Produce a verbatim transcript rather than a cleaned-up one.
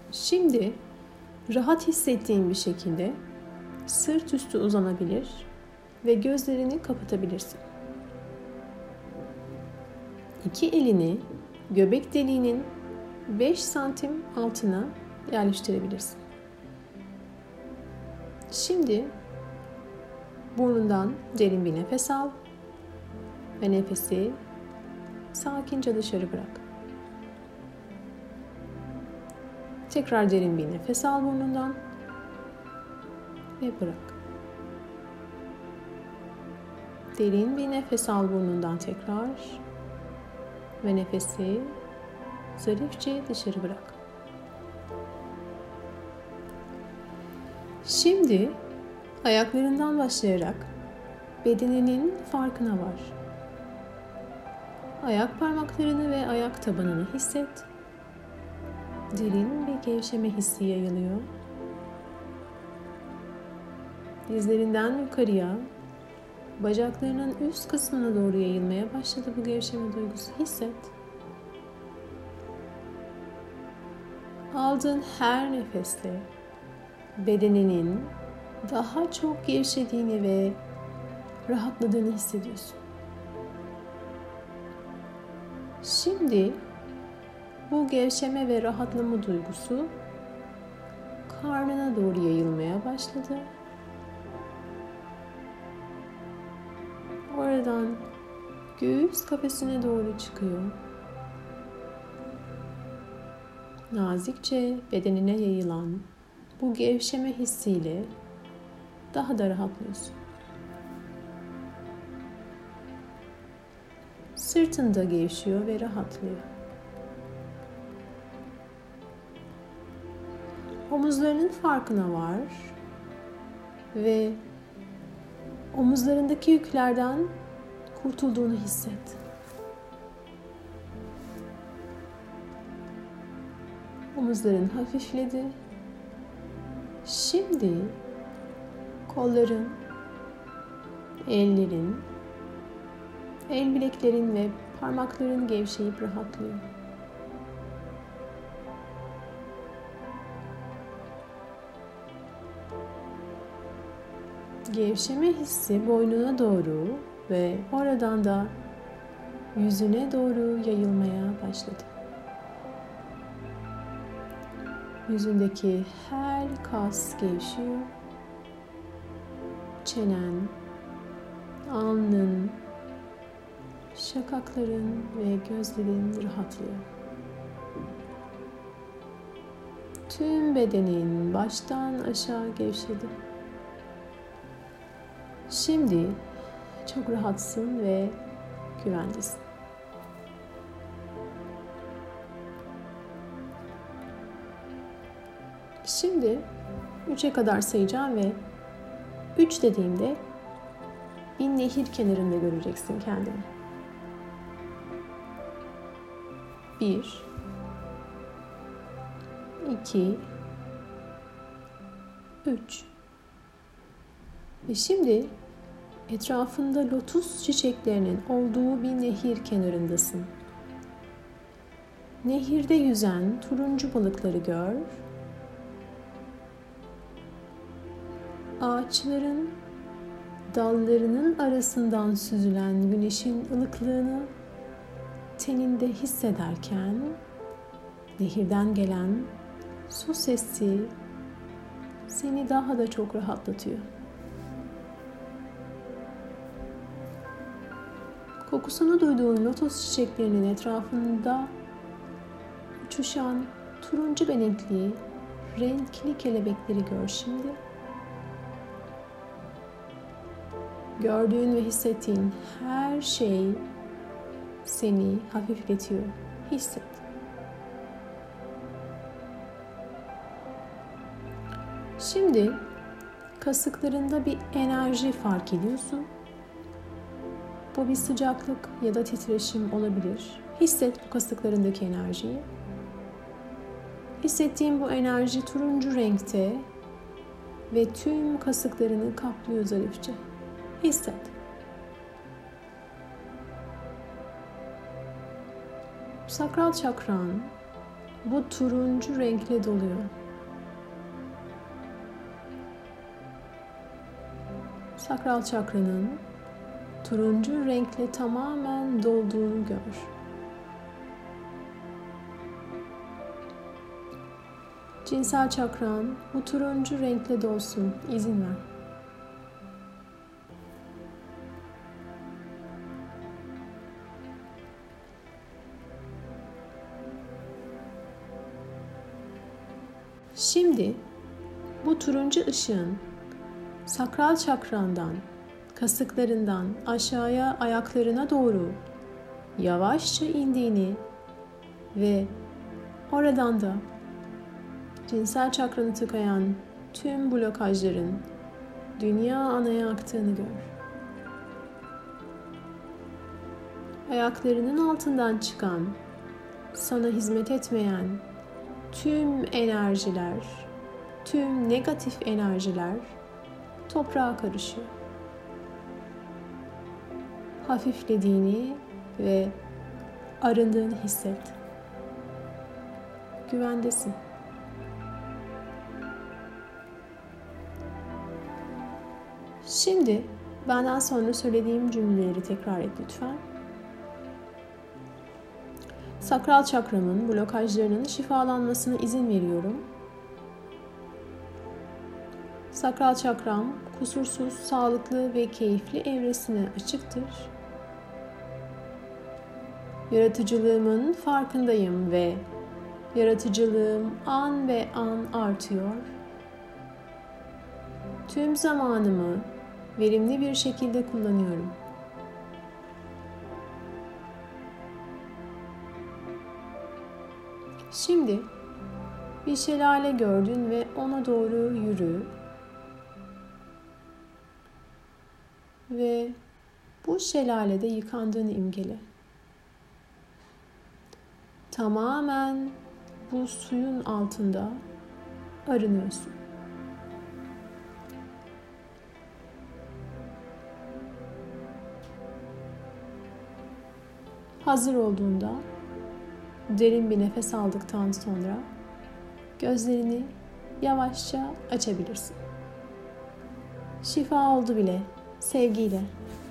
Şimdi rahat hissettiğin bir şekilde sırt üstü uzanabilir ve gözlerini kapatabilirsin. İki elini göbek deliğinin beş santim altına yerleştirebilirsin. Şimdi burnundan derin bir nefes al ve nefesi sakince dışarı bırak. Tekrar derin bir nefes al burnundan ve bırak. Derin bir nefes al burnundan tekrar ve nefesi zarifçe dışarı bırak. Şimdi ayaklarından başlayarak bedeninin farkına var. Ayak parmaklarını ve ayak tabanını hisset. Derin bir gevşeme hissi yayılıyor. Dizlerinden yukarıya, bacaklarının üst kısmına doğru yayılmaya başladı bu gevşeme duygusu. Hisset. Aldığın her nefeste bedeninin daha çok gevşediğini ve rahatladığını hissediyorsun. Şimdi bu gevşeme ve rahatlama duygusu karnına doğru yayılmaya başladı. Oradan göğüs kafesine doğru çıkıyor. Nazikçe bedenine yayılan bu gevşeme hissiyle daha da rahatlıyorsun. Sırtında gevşiyor ve rahatlıyor. Omuzlarının farkına var ve omuzlarındaki yüklerden kurtulduğunu hisset. Omuzların hafifledi. Şimdi kolların, ellerin, el bileklerin ve parmakların gevşeyip rahatlıyor. Gevşeme hissi boynuna doğru ve oradan da yüzüne doğru yayılmaya başladı. Yüzündeki her kas gevşiyor. Çenen, alnın, şakakların ve gözlerin rahatlıyor. Tüm bedenin baştan aşağı gevşedi. Şimdi çok rahatsın ve güvendesin. Şimdi üçe kadar sayacağım ve üç dediğimde bir nehir kenarında göreceksin kendini. Bir, iki, üç. Ve şimdi etrafında lotus çiçeklerinin olduğu bir nehir kenarındasın. Nehirde yüzen turuncu balıkları gör. Ağaçların dallarının arasından süzülen güneşin ılıklığını teninde hissederken nehirden gelen su sesi seni daha da çok rahatlatıyor. Kokusunu duyduğun lotus çiçeklerinin etrafında uçuşan turuncu benekli, renkli kelebekleri gör şimdi. Gördüğün ve hissettiğin her şey seni hafifletiyor. Hisset. Şimdi kasıklarında bir enerji fark ediyorsun. Bu bir sıcaklık ya da titreşim olabilir. Hisset bu kasıklarındaki enerjiyi. Hissettiğin bu enerji turuncu renkte ve tüm kasıklarını kaplıyor zarifçe. Hisset. Sakral çakran bu turuncu renkle doluyor. Sakral çakranın turuncu renkle tamamen dolduğunu gör. Cinsel çakran bu turuncu renkle dolsun. İzin ver. Şimdi bu turuncu ışığın sakral çakrandan, kasıklarından aşağıya ayaklarına doğru yavaşça indiğini ve oradan da cinsel çakranı tıkayan tüm blokajların dünya anaya aktığını gör. Ayaklarının altından çıkan, sana hizmet etmeyen tüm enerjiler, tüm negatif enerjiler toprağa karışıyor. Hafiflediğini ve arındığını hisset. Güvendesin. Şimdi benden sonra söylediğim cümleleri tekrar et lütfen. Sakral çakramın blokajlarının şifalanmasına izin veriyorum. Sakral çakram kusursuz, sağlıklı ve keyifli evresine açıktır. Yaratıcılığımın farkındayım ve yaratıcılığım an ve an artıyor. Tüm zamanımı verimli bir şekilde kullanıyorum. Şimdi bir şelale gördün ve ona doğru yürü. Ve bu şelalede yıkandığını imgele. Tamamen bu suyun altında arınıyorsun. Hazır olduğunda derin bir nefes aldıktan sonra gözlerini yavaşça açabilirsin. Şifa oldu bile. Sevgiyle.